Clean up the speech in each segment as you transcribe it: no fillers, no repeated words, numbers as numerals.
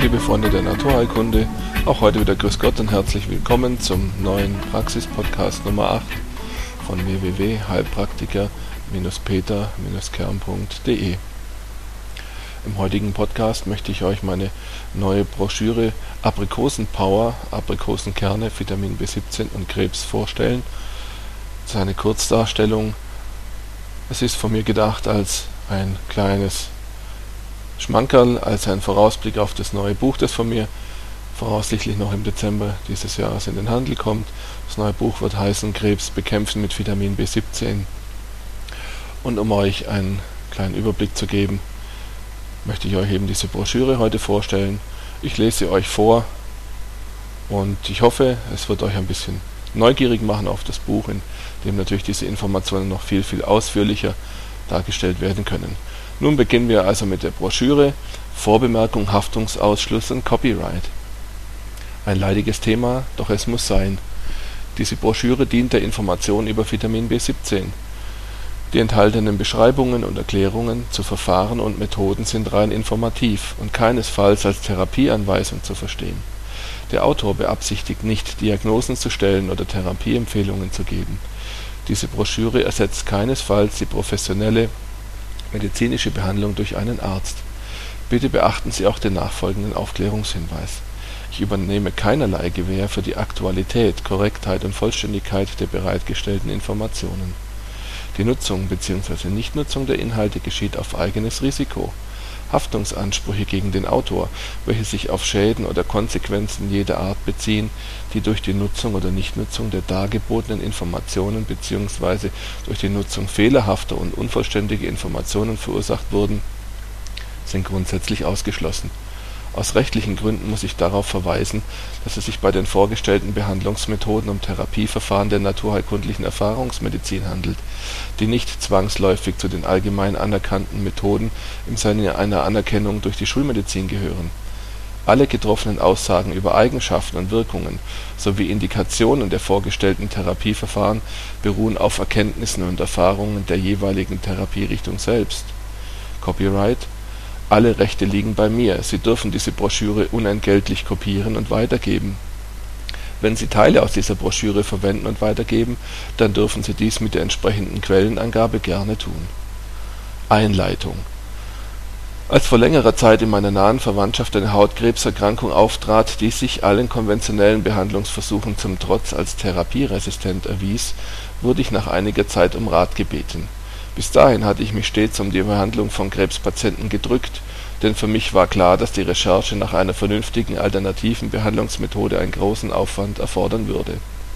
liebe Freunde der Naturheilkunde, auch heute wieder grüß Gott und herzlich willkommen zum neuen Praxis-Podcast Nummer 8 von www.heilpraktiker-peter-kern.de. Im heutigen Podcast möchte ich euch meine neue Broschüre Aprikosenpower, Aprikosenkerne, Vitamin B17 und Krebs vorstellen. Das ist eine Kurzdarstellung. Es ist von mir gedacht als ein kleines Schmankerl, als ein Vorausblick auf das neue Buch, das von mir voraussichtlich noch im Dezember dieses Jahres in den Handel kommt. Das neue Buch wird heißen Krebs bekämpfen mit Vitamin B17. Und um euch einen kleinen Überblick zu geben, möchte ich euch eben diese Broschüre heute vorstellen. Ich lese sie euch vor und ich hoffe, es wird euch ein bisschen neugierig machen auf das Buch, in dem natürlich diese Informationen noch viel, viel ausführlicher dargestellt werden können. Nun beginnen wir also mit der Broschüre. Vorbemerkung, Haftungsausschluss und Copyright. Ein leidiges Thema, doch es muss sein. Diese Broschüre dient der Information über Vitamin B17. Die enthaltenen Beschreibungen und Erklärungen zu Verfahren und Methoden sind rein informativ und keinesfalls als Therapieanweisung zu verstehen. Der Autor beabsichtigt nicht, Diagnosen zu stellen oder Therapieempfehlungen zu geben. Diese Broschüre ersetzt keinesfalls die professionelle medizinische Behandlung durch einen Arzt. Bitte beachten Sie auch den nachfolgenden Aufklärungshinweis. Ich übernehme keinerlei Gewähr für die Aktualität, Korrektheit und Vollständigkeit der bereitgestellten Informationen. Die Nutzung bzw. Nichtnutzung der Inhalte geschieht auf eigenes Risiko. Haftungsansprüche gegen den Autor, welche sich auf Schäden oder Konsequenzen jeder Art beziehen, die durch die Nutzung oder Nichtnutzung der dargebotenen Informationen bzw. durch die Nutzung fehlerhafter und unvollständiger Informationen verursacht wurden, sind grundsätzlich ausgeschlossen. Aus rechtlichen Gründen muss ich darauf verweisen, dass es sich bei den vorgestellten Behandlungsmethoden um Therapieverfahren der naturheilkundlichen Erfahrungsmedizin handelt, die nicht zwangsläufig zu den allgemein anerkannten Methoden im Sinne einer Anerkennung durch die Schulmedizin gehören. Alle getroffenen Aussagen über Eigenschaften und Wirkungen sowie Indikationen der vorgestellten Therapieverfahren beruhen auf Erkenntnissen und Erfahrungen der jeweiligen Therapierichtung selbst. Copyright: Alle Rechte liegen bei mir. Sie dürfen diese Broschüre unentgeltlich kopieren und weitergeben. Wenn Sie Teile aus dieser Broschüre verwenden und weitergeben, dann dürfen Sie dies mit der entsprechenden Quellenangabe gerne tun. Einleitung: Als vor längerer Zeit in meiner nahen Verwandtschaft eine Hautkrebserkrankung auftrat, die sich allen konventionellen Behandlungsversuchen zum Trotz als therapieresistent erwies, wurde ich nach einiger Zeit um Rat gebeten. Bis dahin hatte ich mich stets um die Behandlung von Krebspatienten gedrückt, denn für mich war klar, dass die Recherche nach einer vernünftigen alternativen Behandlungsmethode einen großen Aufwand erfordern würde.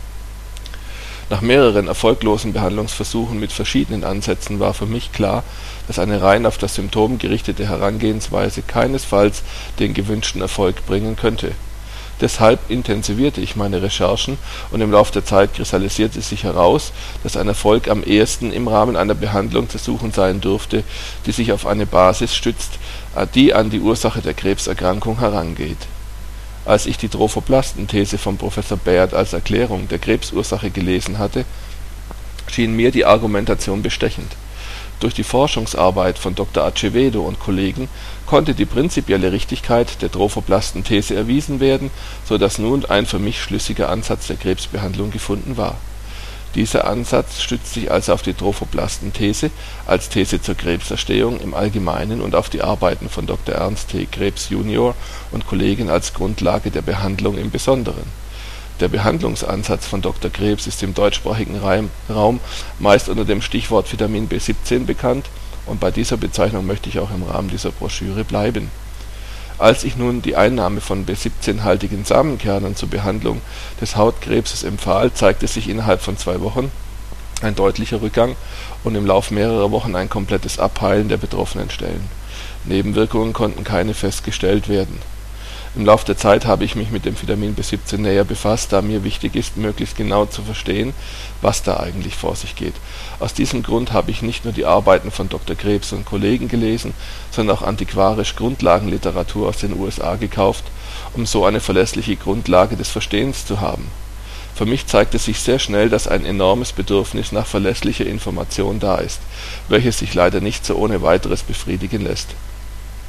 Nach mehreren erfolglosen Behandlungsversuchen mit verschiedenen Ansätzen war für mich klar, dass eine rein auf das Symptom gerichtete Herangehensweise keinesfalls den gewünschten Erfolg bringen könnte. Deshalb intensivierte ich meine Recherchen und im Lauf der Zeit kristallisierte sich heraus, dass ein Erfolg am ehesten im Rahmen einer Behandlung zu suchen sein dürfte, die sich auf eine Basis stützt, die an die Ursache der Krebserkrankung herangeht. Als ich die Trophoblasthenthese von Professor Baird als Erklärung der Krebsursache gelesen hatte, schien mir die Argumentation bestechend. Durch die Forschungsarbeit von Dr. Acevedo und Kollegen konnte die prinzipielle Richtigkeit der Trophoblasthenthese erwiesen werden, so dass nun ein für mich schlüssiger Ansatz der Krebsbehandlung gefunden war. Dieser Ansatz stützt sich also auf die Trophoblasthenthese als These zur Krebserstehung im Allgemeinen und auf die Arbeiten von Dr. Ernst T. Krebs jun. Und Kollegen als Grundlage der Behandlung im Besonderen. Der Behandlungsansatz von Dr. Krebs ist im deutschsprachigen Raum meist unter dem Stichwort Vitamin B17 bekannt, und bei dieser Bezeichnung möchte ich auch im Rahmen dieser Broschüre bleiben. Als ich nun die Einnahme von B17-haltigen Samenkernen zur Behandlung des Hautkrebses empfahl, zeigte sich innerhalb von 2 Wochen ein deutlicher Rückgang und im Lauf mehrerer Wochen ein komplettes Abheilen der betroffenen Stellen. Nebenwirkungen konnten keine festgestellt werden. Im Lauf der Zeit habe ich mich mit dem Vitamin B17 näher befasst, da mir wichtig ist, möglichst genau zu verstehen, was da eigentlich vor sich geht. Aus diesem Grund habe ich nicht nur die Arbeiten von Dr. Krebs und Kollegen gelesen, sondern auch antiquarisch Grundlagenliteratur aus den USA gekauft, um so eine verlässliche Grundlage des Verstehens zu haben. Für mich zeigte sich sehr schnell, dass ein enormes Bedürfnis nach verlässlicher Information da ist, welches sich leider nicht so ohne weiteres befriedigen lässt.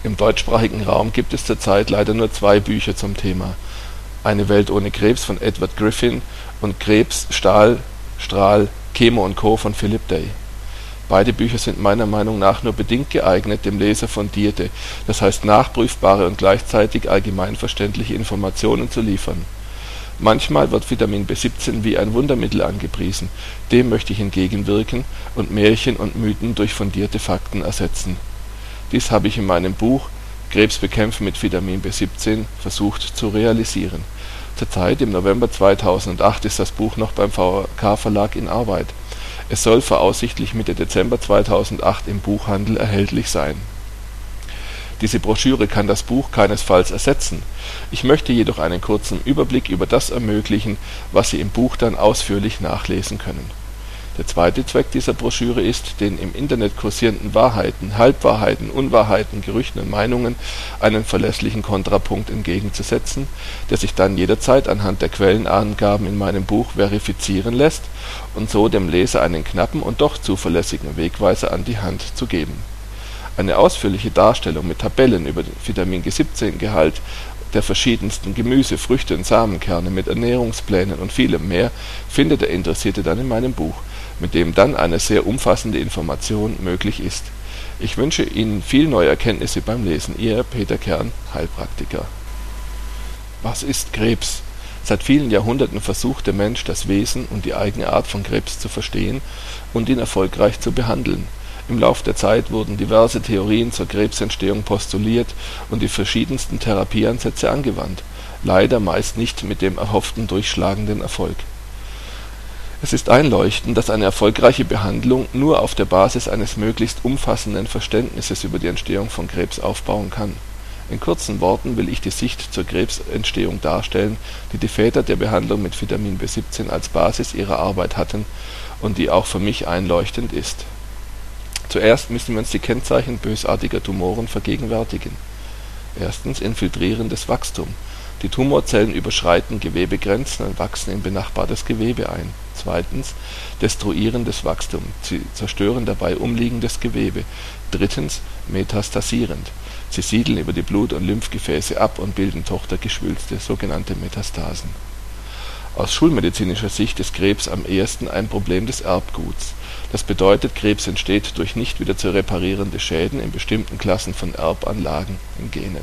Im deutschsprachigen Raum gibt es zurzeit leider nur 2 Bücher zum Thema: Eine Welt ohne Krebs von Edward Griffin und Krebs, Stahl, Strahl, Chemo und Co. von Philip Day. Beide Bücher sind meiner Meinung nach nur bedingt geeignet, dem Leser fundierte, das heißt nachprüfbare und gleichzeitig allgemeinverständliche Informationen zu liefern. Manchmal wird Vitamin B17 wie ein Wundermittel angepriesen, dem möchte ich entgegenwirken und Märchen und Mythen durch fundierte Fakten ersetzen. Dies habe ich in meinem Buch Krebs bekämpfen mit Vitamin B17 versucht zu realisieren. Zurzeit, im November 2008, ist das Buch noch beim VK Verlag in Arbeit. Es soll voraussichtlich Mitte Dezember 2008 im Buchhandel erhältlich sein. Diese Broschüre kann das Buch keinesfalls ersetzen. Ich möchte jedoch einen kurzen Überblick über das ermöglichen, was Sie im Buch dann ausführlich nachlesen können. Der zweite Zweck dieser Broschüre ist, den im Internet kursierenden Wahrheiten, Halbwahrheiten, Unwahrheiten, Gerüchten und Meinungen einen verlässlichen Kontrapunkt entgegenzusetzen, der sich dann jederzeit anhand der Quellenangaben in meinem Buch verifizieren lässt und so dem Leser einen knappen und doch zuverlässigen Wegweiser an die Hand zu geben. Eine ausführliche Darstellung mit Tabellen über den Vitamin-B17-Gehalt der verschiedensten Gemüse, Früchte und Samenkerne mit Ernährungsplänen und vielem mehr findet der Interessierte dann in meinem Buch, mit dem dann eine sehr umfassende Information möglich ist. Ich wünsche Ihnen viel neue Erkenntnisse beim Lesen. Ihr Peter Kern, Heilpraktiker. Was ist Krebs? Seit vielen Jahrhunderten versucht der Mensch, das Wesen und die eigene Art von Krebs zu verstehen und ihn erfolgreich zu behandeln. Im Lauf der Zeit wurden diverse Theorien zur Krebsentstehung postuliert und die verschiedensten Therapieansätze angewandt, leider meist nicht mit dem erhofften durchschlagenden Erfolg. Es ist einleuchtend, dass eine erfolgreiche Behandlung nur auf der Basis eines möglichst umfassenden Verständnisses über die Entstehung von Krebs aufbauen kann. In kurzen Worten will ich die Sicht zur Krebsentstehung darstellen, die die Väter der Behandlung mit Vitamin B17 als Basis ihrer Arbeit hatten und die auch für mich einleuchtend ist. Zuerst müssen wir uns die Kennzeichen bösartiger Tumoren vergegenwärtigen. Erstens infiltrierendes Wachstum. Die Tumorzellen überschreiten Gewebegrenzen und wachsen in benachbartes Gewebe ein. Zweitens destruierendes Wachstum. Sie zerstören dabei umliegendes Gewebe. Drittens metastasierend. Sie siedeln über die Blut- und Lymphgefäße ab und bilden Tochtergeschwülste, sogenannte Metastasen. Aus schulmedizinischer Sicht ist Krebs am ehesten ein Problem des Erbguts. Das bedeutet, Krebs entsteht durch nicht wieder zu reparierende Schäden in bestimmten Klassen von Erbanlagen in Genen.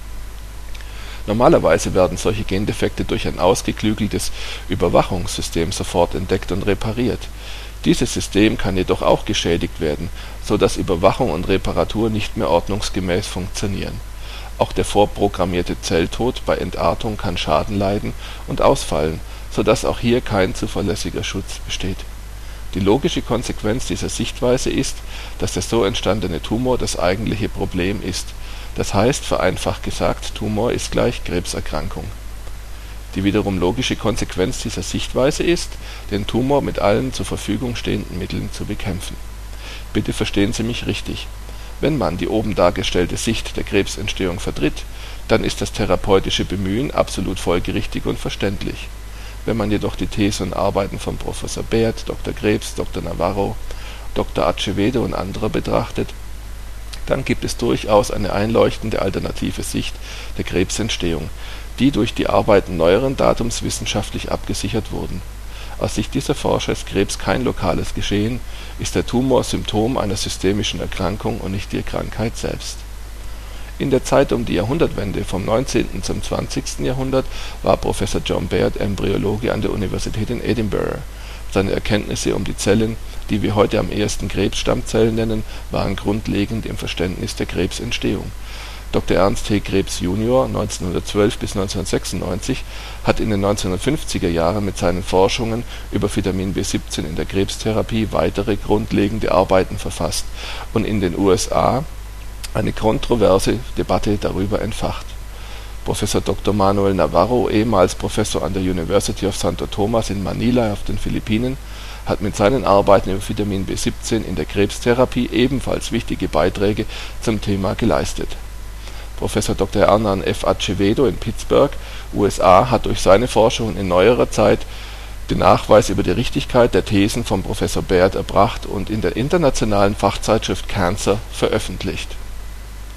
Normalerweise werden solche Gendefekte durch ein ausgeklügeltes Überwachungssystem sofort entdeckt und repariert. Dieses System kann jedoch auch geschädigt werden, so dass Überwachung und Reparatur nicht mehr ordnungsgemäß funktionieren. Auch der vorprogrammierte Zelltod bei Entartung kann Schaden leiden und ausfallen, so dass auch hier kein zuverlässiger Schutz besteht. Die logische Konsequenz dieser Sichtweise ist, dass der so entstandene Tumor das eigentliche Problem ist. Das heißt, vereinfacht gesagt, Tumor ist gleich Krebserkrankung. Die wiederum logische Konsequenz dieser Sichtweise ist, den Tumor mit allen zur Verfügung stehenden Mitteln zu bekämpfen. Bitte verstehen Sie mich richtig. Wenn man die oben dargestellte Sicht der Krebsentstehung vertritt, dann ist das therapeutische Bemühen absolut folgerichtig und verständlich. Wenn man jedoch die These und Arbeiten von Professor Baird, Dr. Krebs, Dr. Navarro, Dr. Acevedo und anderer betrachtet, dann gibt es durchaus eine einleuchtende alternative Sicht der Krebsentstehung, die durch die Arbeiten neueren Datums wissenschaftlich abgesichert wurden. Aus Sicht dieser Forscher ist Krebs kein lokales Geschehen, ist der Tumor Symptom einer systemischen Erkrankung und nicht die Krankheit selbst. In der Zeit um die Jahrhundertwende vom 19. zum 20. Jahrhundert war Professor John Baird Embryologe an der Universität in Edinburgh. Seine Erkenntnisse um die Zellen, die wir heute am ehesten Krebsstammzellen nennen, waren grundlegend im Verständnis der Krebsentstehung. Dr. Ernst T. Krebs jun. (1912 – 1996) hat in den 1950er Jahren mit seinen Forschungen über Vitamin B17 in der Krebstherapie weitere grundlegende Arbeiten verfasst und in den USA eine kontroverse Debatte darüber entfacht. Professor Dr. Manuel Navarro, ehemals Professor an der University of Santo Tomas in Manila auf den Philippinen, hat mit seinen Arbeiten über Vitamin B17 in der Krebstherapie ebenfalls wichtige Beiträge zum Thema geleistet. Professor Dr. Hernan F. Acevedo in Pittsburgh, USA, hat durch seine Forschungen in neuerer Zeit den Nachweis über die Richtigkeit der Thesen von Professor Baird erbracht und in der internationalen Fachzeitschrift Cancer veröffentlicht.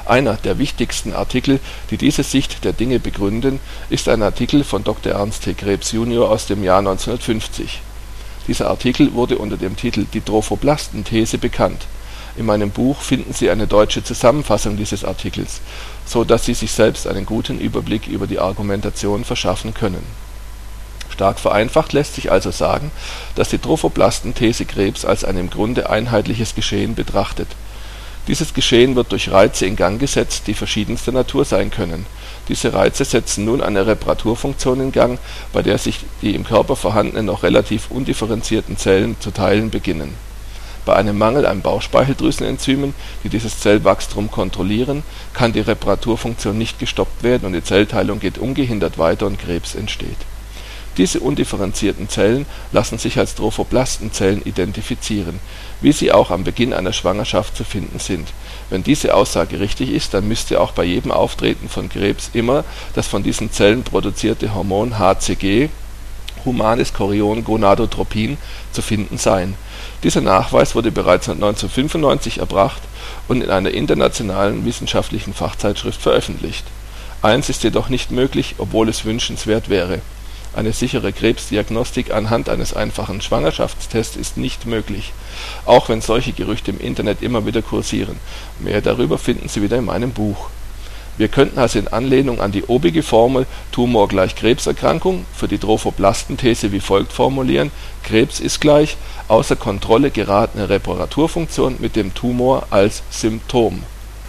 Einer der wichtigsten Artikel, die diese Sicht der Dinge begründen, ist ein Artikel von Dr. Ernst T. Krebs jun. Aus dem Jahr 1950. Dieser Artikel wurde unter dem Titel Die Trophoblasthenthese bekannt. In meinem Buch finden Sie eine deutsche Zusammenfassung dieses Artikels, so dass Sie sich selbst einen guten Überblick über die Argumentation verschaffen können. Stark vereinfacht lässt sich also sagen, dass die Trophoblasthenthese Krebs als ein im Grunde einheitliches Geschehen betrachtet. Dieses Geschehen wird durch Reize in Gang gesetzt, die verschiedenster Natur sein können. Diese Reize setzen nun eine Reparaturfunktion in Gang, bei der sich die im Körper vorhandenen noch relativ undifferenzierten Zellen zu teilen beginnen. Bei einem Mangel an Bauchspeicheldrüsenenzymen, die dieses Zellwachstum kontrollieren, kann die Reparaturfunktion nicht gestoppt werden und die Zellteilung geht ungehindert weiter und Krebs entsteht. Diese undifferenzierten Zellen lassen sich als Trophoblastenzellen identifizieren, wie sie auch am Beginn einer Schwangerschaft zu finden sind. Wenn diese Aussage richtig ist, dann müsste auch bei jedem Auftreten von Krebs immer das von diesen Zellen produzierte Hormon HCG, humanes Chorion-Gonadotropin, zu finden sein. Dieser Nachweis wurde bereits 1995 erbracht und in einer internationalen wissenschaftlichen Fachzeitschrift veröffentlicht. Eins ist jedoch nicht möglich, obwohl es wünschenswert wäre: Eine sichere Krebsdiagnostik anhand eines einfachen Schwangerschaftstests ist nicht möglich, auch wenn solche Gerüchte im Internet immer wieder kursieren. Mehr darüber finden Sie wieder in meinem Buch. Wir könnten also in Anlehnung an die obige Formel Tumor gleich Krebserkrankung für die Trophoblasthenthese wie folgt formulieren: Krebs ist gleich außer Kontrolle geratene Reparaturfunktion mit dem Tumor als Symptom.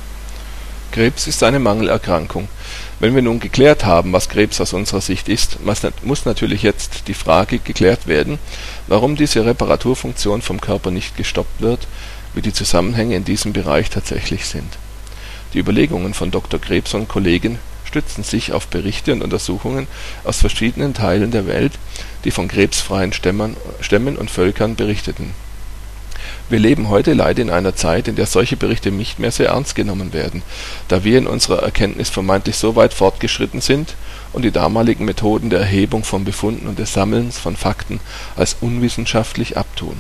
Krebs ist eine Mangelerkrankung. Wenn wir nun geklärt haben, was Krebs aus unserer Sicht ist, muss natürlich jetzt die Frage geklärt werden, warum diese Reparaturfunktion vom Körper nicht gestoppt wird, wie die Zusammenhänge in diesem Bereich tatsächlich sind. Die Überlegungen von Dr. Krebs und Kollegen stützen sich auf Berichte und Untersuchungen aus verschiedenen Teilen der Welt, die von krebsfreien Stämmen und Völkern berichteten. Wir leben heute leider in einer Zeit, in der solche Berichte nicht mehr sehr ernst genommen werden, da wir in unserer Erkenntnis vermeintlich so weit fortgeschritten sind und die damaligen Methoden der Erhebung von Befunden und des Sammelns von Fakten als unwissenschaftlich abtun.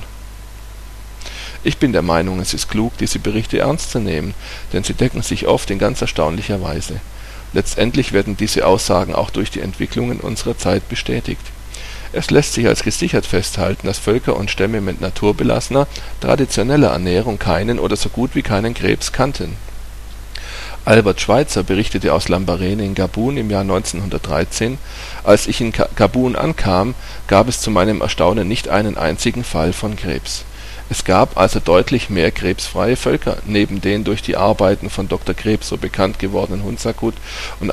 Ich bin der Meinung, es ist klug, diese Berichte ernst zu nehmen, denn sie decken sich oft in ganz erstaunlicher Weise. Letztendlich werden diese Aussagen auch durch die Entwicklungen unserer Zeit bestätigt. Es lässt sich als gesichert festhalten, dass Völker und Stämme mit naturbelassener, traditioneller Ernährung keinen oder so gut wie keinen Krebs kannten. Albert Schweitzer berichtete aus Lambaréné in Gabun im Jahr 1913: Als ich in Gabun ankam, gab es zu meinem Erstaunen nicht einen einzigen Fall von Krebs. Es gab also deutlich mehr krebsfreie Völker, neben den durch die Arbeiten von Dr. Krebs so bekannt gewordenen Hundsakut und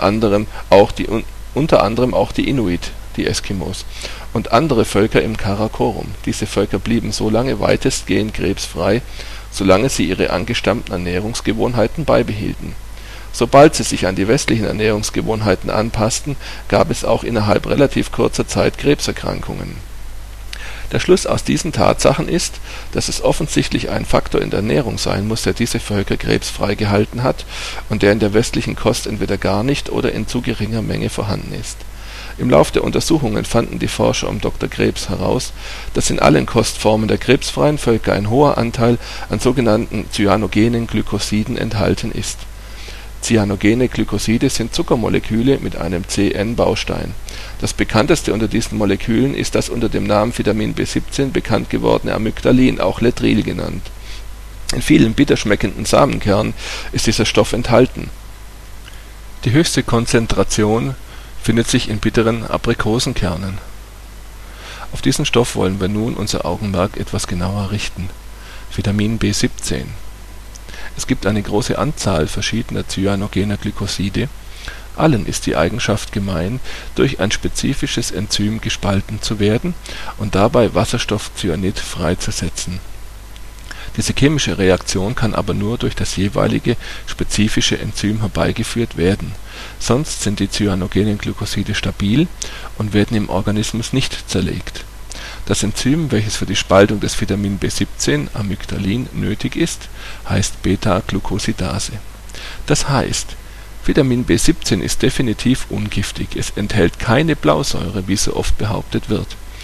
unter anderem auch die Inuit, die Eskimos, und andere Völker im Karakorum. Diese Völker blieben so lange weitestgehend krebsfrei, solange sie ihre angestammten Ernährungsgewohnheiten beibehielten. Sobald sie sich an die westlichen Ernährungsgewohnheiten anpassten, gab es auch innerhalb relativ kurzer Zeit Krebserkrankungen. Der Schluss aus diesen Tatsachen ist, dass es offensichtlich ein Faktor in der Ernährung sein muss, der diese Völker krebsfrei gehalten hat und der in der westlichen Kost entweder gar nicht oder in zu geringer Menge vorhanden ist. Im Lauf der Untersuchungen fanden die Forscher um Dr. Krebs heraus, dass in allen Kostformen der krebsfreien Völker ein hoher Anteil an sogenannten cyanogenen Glykosiden enthalten ist. Cyanogene Glykoside sind Zuckermoleküle mit einem CN-Baustein. Das bekannteste unter diesen Molekülen ist das unter dem Namen Vitamin B17 bekannt gewordene Amygdalin, auch Letril genannt. In vielen bitter schmeckenden Samenkernen ist dieser Stoff enthalten. Die höchste Konzentration findet sich in bitteren Aprikosenkernen. Auf diesen Stoff wollen wir nun unser Augenmerk etwas genauer richten: Vitamin B17. Es gibt eine große Anzahl verschiedener cyanogener Glykoside. Allen ist die Eigenschaft gemein, durch ein spezifisches Enzym gespalten zu werden und dabei Wasserstoffcyanid freizusetzen. Diese chemische Reaktion kann aber nur durch das jeweilige spezifische Enzym herbeigeführt werden, sonst sind die cyanogenen Glykoside stabil und werden im Organismus nicht zerlegt. Das Enzym, welches für die Spaltung des Vitamin B17, Amygdalin, nötig ist, heißt Beta-Glucosidase. Das heißt, Vitamin B17 ist definitiv ungiftig, es enthält keine Blausäure, wie so oft behauptet wird.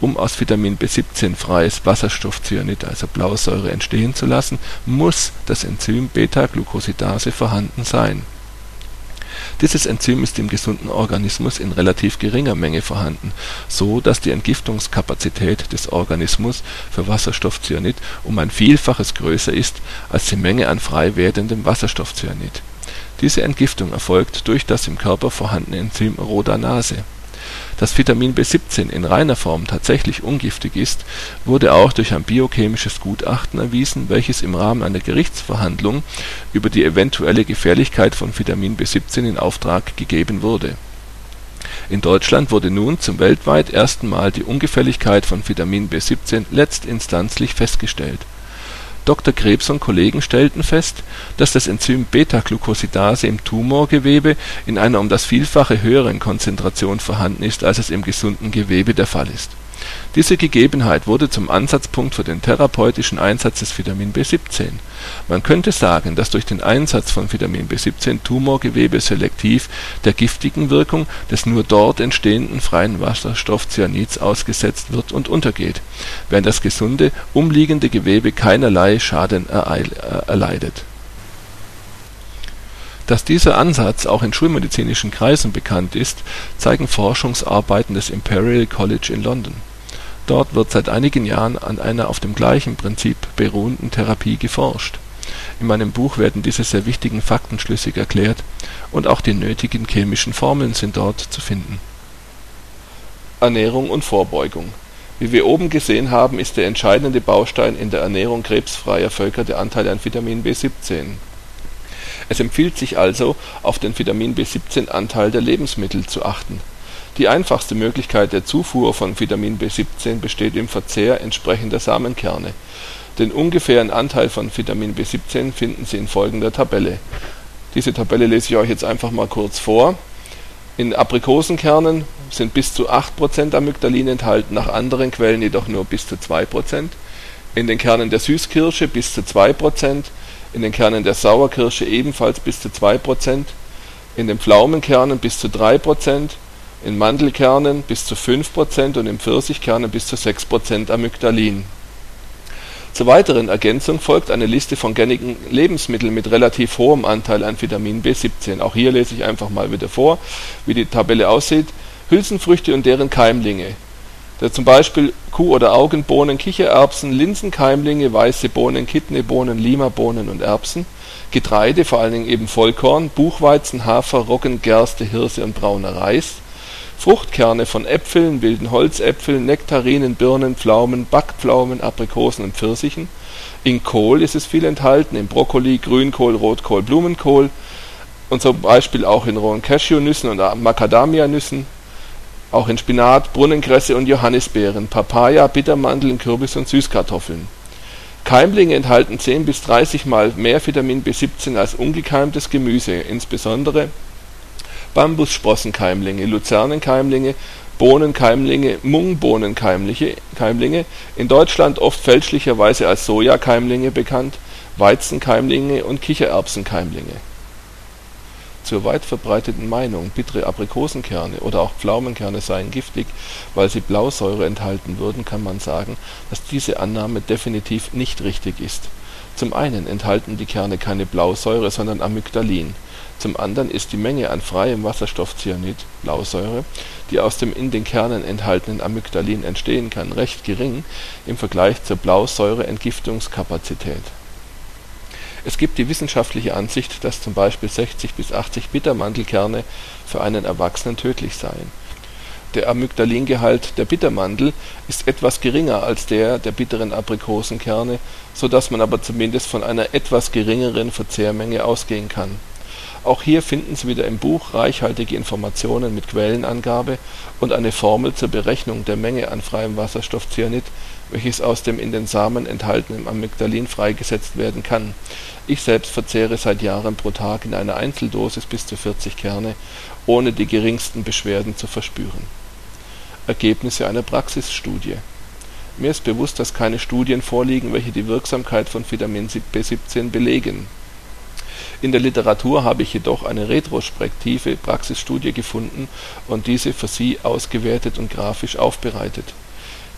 Um aus Vitamin B17 freies Wasserstoffcyanid, also Blausäure, entstehen zu lassen, muss das Enzym Beta-Glucosidase vorhanden sein. Dieses Enzym ist im gesunden Organismus in relativ geringer Menge vorhanden, so dass die Entgiftungskapazität des Organismus für Wasserstoffcyanid um ein Vielfaches größer ist als die Menge an frei werdendem Wasserstoffcyanid. Diese Entgiftung erfolgt durch das im Körper vorhandene Enzym Rhodanase. Dass Vitamin B17 in reiner Form tatsächlich ungiftig ist, wurde auch durch ein biochemisches Gutachten erwiesen, welches im Rahmen einer Gerichtsverhandlung über die eventuelle Gefährlichkeit von Vitamin B17 in Auftrag gegeben wurde. In Deutschland wurde nun zum weltweit ersten Mal die Ungefährlichkeit von Vitamin B17 letztinstanzlich festgestellt. Dr. Krebs und Kollegen stellten fest, dass das Enzym Beta-Glucosidase im Tumorgewebe in einer um das Vielfache höheren Konzentration vorhanden ist, als es im gesunden Gewebe der Fall ist. Diese Gegebenheit wurde zum Ansatzpunkt für den therapeutischen Einsatz des Vitamin B17. Man könnte sagen, dass durch den Einsatz von Vitamin B17 Tumorgewebe selektiv der giftigen Wirkung des nur dort entstehenden freien Wasserstoffcyanids ausgesetzt wird und untergeht, während das gesunde, umliegende Gewebe keinerlei Schaden erleidet. Dass dieser Ansatz auch in schulmedizinischen Kreisen bekannt ist, zeigen Forschungsarbeiten des Imperial College in London. Dort wird seit einigen Jahren an einer auf dem gleichen Prinzip beruhenden Therapie geforscht. In meinem Buch werden diese sehr wichtigen Fakten schlüssig erklärt und auch die nötigen chemischen Formeln sind dort zu finden. Ernährung und Vorbeugung. Wie wir oben gesehen haben, ist der entscheidende Baustein in der Ernährung krebsfreier Völker der Anteil an Vitamin B17. Es empfiehlt sich also, auf den Vitamin B17-Anteil der Lebensmittel zu achten. Die einfachste Möglichkeit der Zufuhr von Vitamin B17 besteht im Verzehr entsprechender Samenkerne. Den ungefähren Anteil von Vitamin B17 finden Sie in folgender Tabelle. Diese Tabelle lese ich euch jetzt einfach mal kurz vor. In Aprikosenkernen sind bis zu 8% Amygdalin enthalten, nach anderen Quellen jedoch nur bis zu 2%. In den Kernen der Süßkirsche bis zu 2%, in den Kernen der Sauerkirsche ebenfalls bis zu 2%, in den Pflaumenkernen bis zu 3%, in Mandelkernen bis zu 5% und in Pfirsichkernen bis zu 6% Amygdalin. Zur weiteren Ergänzung folgt eine Liste von gängigen Lebensmitteln mit relativ hohem Anteil an Vitamin B17. Auch hier lese ich einfach mal wieder vor, wie die Tabelle aussieht. Hülsenfrüchte und deren Keimlinge. Zum Beispiel Kuh- oder Augenbohnen, Kichererbsen, Linsenkeimlinge, weiße Bohnen, Kidneybohnen, Limabohnen und Erbsen. Getreide, vor allen Dingen eben Vollkorn, Buchweizen, Hafer, Roggen, Gerste, Hirse und brauner Reis. Fruchtkerne von Äpfeln, wilden Holzäpfeln, Nektarinen, Birnen, Pflaumen, Backpflaumen, Aprikosen und Pfirsichen. In Kohl ist es viel enthalten, in Brokkoli, Grünkohl, Rotkohl, Blumenkohl und zum Beispiel auch in rohen Cashewnüssen und Macadamia-Nüssen, auch in Spinat, Brunnenkresse und Johannisbeeren, Papaya, Bittermandeln, Kürbis und Süßkartoffeln. Keimlinge enthalten 10 bis 30 Mal mehr Vitamin B17 als ungekeimtes Gemüse, insbesondere Bambussprossenkeimlinge, Luzernenkeimlinge, Bohnenkeimlinge, Mungbohnenkeimlinge, in Deutschland oft fälschlicherweise als Sojakeimlinge bekannt, Weizenkeimlinge und Kichererbsenkeimlinge. Zur weit verbreiteten Meinung, bittere Aprikosenkerne oder auch Pflaumenkerne seien giftig, weil sie Blausäure enthalten würden, kann man sagen, dass diese Annahme definitiv nicht richtig ist. Zum einen enthalten die Kerne keine Blausäure, sondern Amygdalin. Zum anderen ist die Menge an freiem Wasserstoffcyanid, Blausäure, die aus dem in den Kernen enthaltenen Amygdalin entstehen kann, recht gering im Vergleich zur Blausäure-Entgiftungskapazität. Es gibt die wissenschaftliche Ansicht, dass zum Beispiel 60 bis 80 Bittermandelkerne für einen Erwachsenen tödlich seien. Der Amygdalingehalt der Bittermandel ist etwas geringer als der bitteren Aprikosenkerne, so dass man aber zumindest von einer etwas geringeren Verzehrmenge ausgehen kann. Auch hier finden Sie wieder im Buch reichhaltige Informationen mit Quellenangabe und eine Formel zur Berechnung der Menge an freiem Wasserstoffcyanid, welches aus dem in den Samen enthaltenen Amygdalin freigesetzt werden kann. Ich selbst verzehre seit Jahren pro Tag in einer Einzeldosis bis zu 40 Kerne, ohne die geringsten Beschwerden zu verspüren. Ergebnisse einer Praxisstudie. Mir ist bewusst, dass keine Studien vorliegen, welche die Wirksamkeit von Vitamin B17 belegen. In der Literatur habe ich jedoch eine retrospektive Praxisstudie gefunden und diese für Sie ausgewertet und grafisch aufbereitet.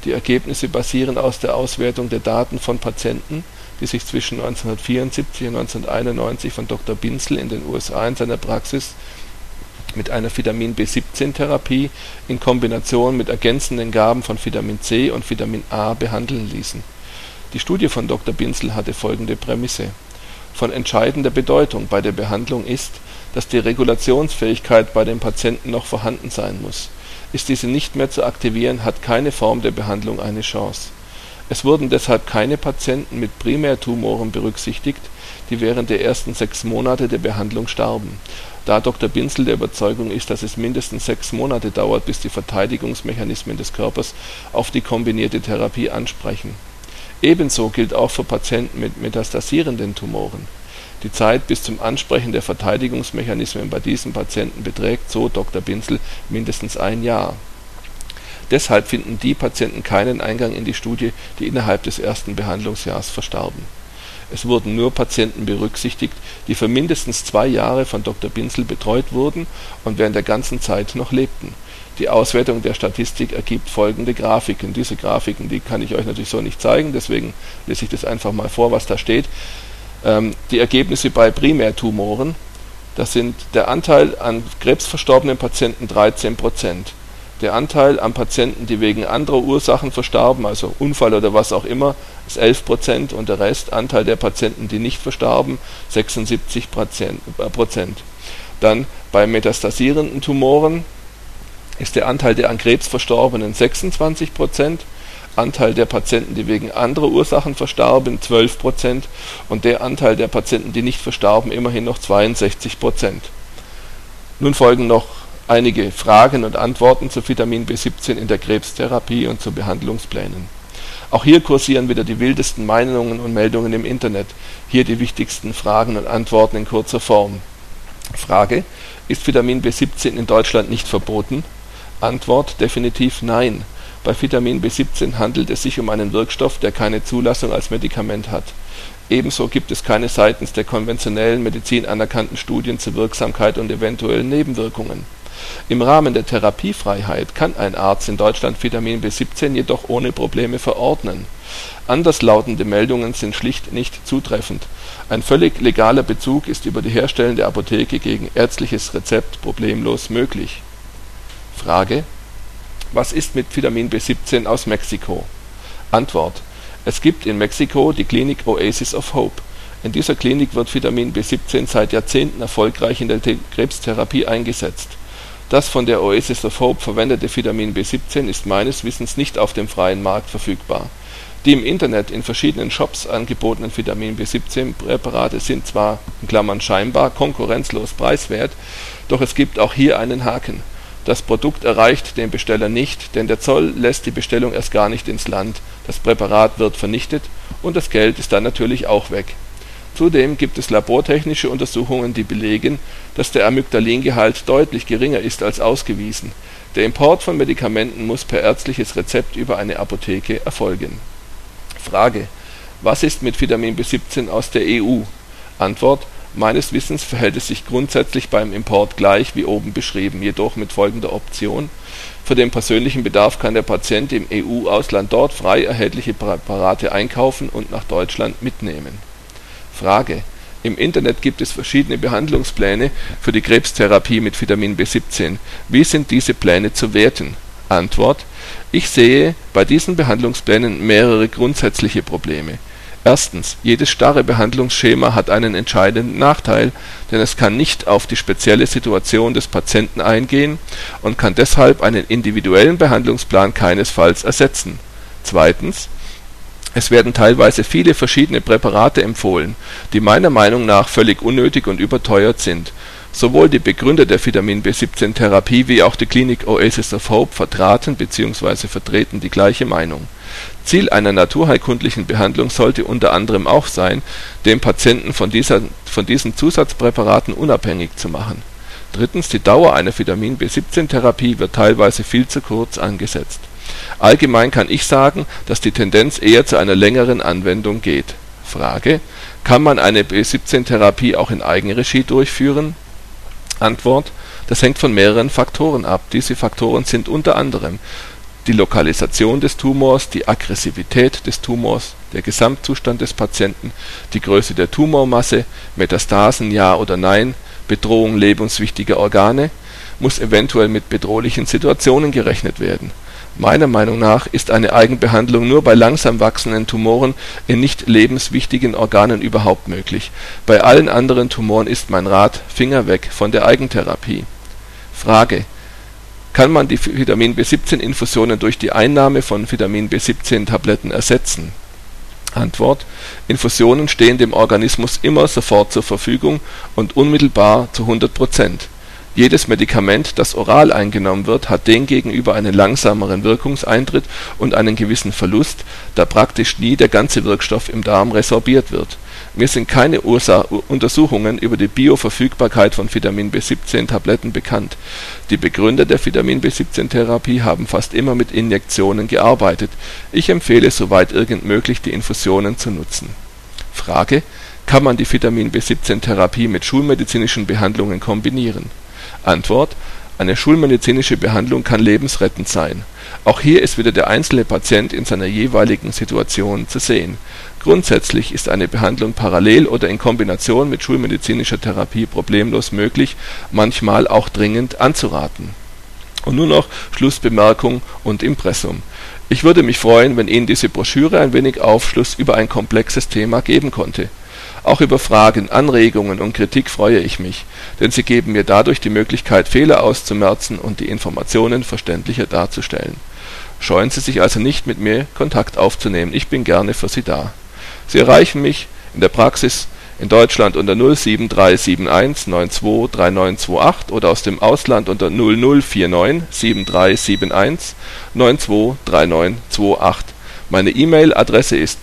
Die Ergebnisse basieren aus der Auswertung der Daten von Patienten, die sich zwischen 1974 und 1991 von Dr. Binzel in den USA in seiner Praxis mit einer Vitamin-B17-Therapie in Kombination mit ergänzenden Gaben von Vitamin C und Vitamin A behandeln ließen. Die Studie von Dr. Binzel hatte folgende Prämisse: Von entscheidender Bedeutung bei der Behandlung ist, dass die Regulationsfähigkeit bei den Patienten noch vorhanden sein muss. Ist diese nicht mehr zu aktivieren, hat keine Form der Behandlung eine Chance. Es wurden deshalb keine Patienten mit Primärtumoren berücksichtigt, die während der ersten 6 Monate der Behandlung starben, da Dr. Binzel der Überzeugung ist, dass es mindestens 6 Monate dauert, bis die Verteidigungsmechanismen des Körpers auf die kombinierte Therapie ansprechen. Ebenso gilt auch für Patienten mit metastasierenden Tumoren. Die Zeit bis zum Ansprechen der Verteidigungsmechanismen bei diesen Patienten beträgt, so Dr. Binzel, mindestens 1 Jahr. Deshalb finden die Patienten keinen Eingang in die Studie, die innerhalb des ersten Behandlungsjahres verstarben. Es wurden nur Patienten berücksichtigt, die für mindestens 2 Jahre von Dr. Binzel betreut wurden und während der ganzen Zeit noch lebten. Die Auswertung der Statistik ergibt folgende Grafiken. Diese Grafiken, die kann ich euch natürlich so nicht zeigen, deswegen lese ich das einfach mal vor, was da steht. Die Ergebnisse bei Primärtumoren, das sind der Anteil an krebsverstorbenen Patienten 13%. Der Anteil an Patienten, die wegen anderer Ursachen verstarben, also Unfall oder was auch immer, ist 11% und der Rest, Anteil der Patienten, die nicht verstarben, 76%. Dann bei metastasierenden Tumoren ist der Anteil der an Krebs Verstorbenen 26%, Anteil der Patienten, die wegen anderer Ursachen verstarben, 12% und der Anteil der Patienten, die nicht verstarben, immerhin noch 62%. Nun folgen noch einige Fragen und Antworten zu Vitamin B17 in der Krebstherapie und zu Behandlungsplänen. Auch hier kursieren wieder die wildesten Meinungen und Meldungen im Internet. Hier die wichtigsten Fragen und Antworten in kurzer Form. Frage: Ist Vitamin B17 in Deutschland nicht verboten? Antwort: definitiv nein. Bei Vitamin B17 handelt es sich um einen Wirkstoff, der keine Zulassung als Medikament hat. Ebenso gibt es keine seitens der konventionellen Medizin anerkannten Studien zur Wirksamkeit und eventuellen Nebenwirkungen. Im Rahmen der Therapiefreiheit kann ein Arzt in Deutschland Vitamin B17 jedoch ohne Probleme verordnen. Anderslautende Meldungen sind schlicht nicht zutreffend. Ein völlig legaler Bezug ist über die herstellende Apotheke gegen ärztliches Rezept problemlos möglich. Frage: Was ist mit Vitamin B17 aus Mexiko? Antwort: Es gibt in Mexiko die Klinik Oasis of Hope. In dieser Klinik wird Vitamin B17 seit Jahrzehnten erfolgreich in der Krebstherapie eingesetzt. Das von der Oasis of Hope verwendete Vitamin B17 ist meines Wissens nicht auf dem freien Markt verfügbar. Die im Internet in verschiedenen Shops angebotenen Vitamin B17-Präparate sind zwar in Klammern scheinbar konkurrenzlos preiswert, doch es gibt auch hier einen Haken. Das Produkt erreicht den Besteller nicht, denn der Zoll lässt die Bestellung erst gar nicht ins Land, das Präparat wird vernichtet und das Geld ist dann natürlich auch weg. Zudem gibt es labortechnische Untersuchungen, die belegen, dass der Amygdalingehalt deutlich geringer ist als ausgewiesen. Der Import von Medikamenten muss per ärztliches Rezept über eine Apotheke erfolgen. Frage: Was ist mit Vitamin B17 aus der EU? Antwort: Meines Wissens verhält es sich grundsätzlich beim Import gleich wie oben beschrieben, jedoch mit folgender Option: Für den persönlichen Bedarf kann der Patient im EU-Ausland dort frei erhältliche Präparate einkaufen und nach Deutschland mitnehmen. Frage: Im Internet gibt es verschiedene Behandlungspläne für die Krebstherapie mit Vitamin B17. Wie sind diese Pläne zu werten? Antwort: Ich sehe bei diesen Behandlungsplänen mehrere grundsätzliche Probleme. Erstens: Jedes starre Behandlungsschema hat einen entscheidenden Nachteil, denn es kann nicht auf die spezielle Situation des Patienten eingehen und kann deshalb einen individuellen Behandlungsplan keinesfalls ersetzen. Zweitens: Es werden teilweise viele verschiedene Präparate empfohlen, die meiner Meinung nach völlig unnötig und überteuert sind. Sowohl die Begründer der Vitamin B17-Therapie wie auch die Klinik Oasis of Hope vertraten bzw. vertreten die gleiche Meinung. Ziel einer naturheilkundlichen Behandlung sollte unter anderem auch sein, den Patienten von diesen Zusatzpräparaten unabhängig zu machen. Drittens: Die Dauer einer Vitamin B17-Therapie wird teilweise viel zu kurz angesetzt. Allgemein kann ich sagen, dass die Tendenz eher zu einer längeren Anwendung geht. Frage: Kann man eine B17-Therapie auch in Eigenregie durchführen? Antwort: Das hängt von mehreren Faktoren ab. Diese Faktoren sind unter anderem die Lokalisation des Tumors, die Aggressivität des Tumors, der Gesamtzustand des Patienten, die Größe der Tumormasse, Metastasen ja oder nein, Bedrohung lebenswichtiger Organe, muss eventuell mit bedrohlichen Situationen gerechnet werden. Meiner Meinung nach ist eine Eigenbehandlung nur bei langsam wachsenden Tumoren in nicht lebenswichtigen Organen überhaupt möglich. Bei allen anderen Tumoren ist mein Rat: Finger weg von der Eigentherapie. Frage: Kann man die Vitamin B17-Infusionen durch die Einnahme von Vitamin B17-Tabletten ersetzen? Antwort: Infusionen stehen dem Organismus immer sofort zur Verfügung und unmittelbar zu 100%. Jedes Medikament, das oral eingenommen wird, hat demgegenüber einen langsameren Wirkungseintritt und einen gewissen Verlust, da praktisch nie der ganze Wirkstoff im Darm resorbiert wird. Mir sind keine Untersuchungen über die Bioverfügbarkeit von Vitamin B17-Tabletten bekannt. Die Begründer der Vitamin B17-Therapie haben fast immer mit Injektionen gearbeitet. Ich empfehle soweit irgend möglich, die Infusionen zu nutzen. Frage: Kann man die Vitamin B17-Therapie mit schulmedizinischen Behandlungen kombinieren? Antwort: Eine schulmedizinische Behandlung kann lebensrettend sein. Auch hier ist wieder der einzelne Patient in seiner jeweiligen Situation zu sehen. Grundsätzlich ist eine Behandlung parallel oder in Kombination mit schulmedizinischer Therapie problemlos möglich, manchmal auch dringend anzuraten. Und nun noch Schlussbemerkung und Impressum. Ich würde mich freuen, wenn Ihnen diese Broschüre ein wenig Aufschluss über ein komplexes Thema geben konnte. Auch über Fragen, Anregungen und Kritik freue ich mich, denn sie geben mir dadurch die Möglichkeit, Fehler auszumerzen und die Informationen verständlicher darzustellen. Scheuen Sie sich also nicht, mit mir Kontakt aufzunehmen. Ich bin gerne für Sie da. Sie erreichen mich in der Praxis in Deutschland unter 07371 923928 oder aus dem Ausland unter 0049 7371 923928. Meine E-Mail-Adresse ist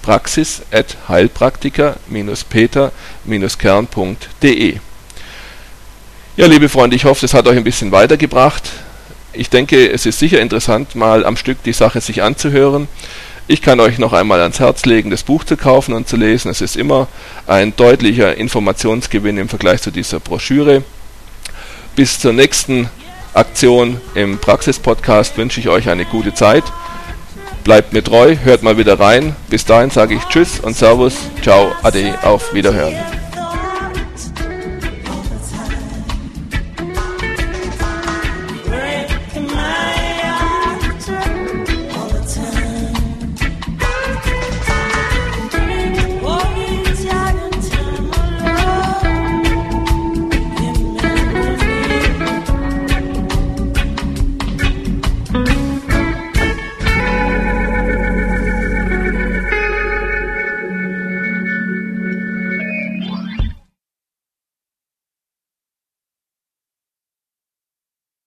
praxis@heilpraktiker-peter-kern.de. Ja, liebe Freunde, ich hoffe, das hat euch ein bisschen weitergebracht. Ich denke, es ist sicher interessant, mal am Stück die Sache sich anzuhören. Ich kann euch noch einmal ans Herz legen, das Buch zu kaufen und zu lesen. Es ist immer ein deutlicher Informationsgewinn im Vergleich zu dieser Broschüre. Bis zur nächsten Aktion im Praxis-Podcast wünsche ich euch eine gute Zeit. Bleibt mir treu, hört mal wieder rein. Bis dahin sage ich Tschüss und Servus, Ciao, Ade, auf Wiederhören.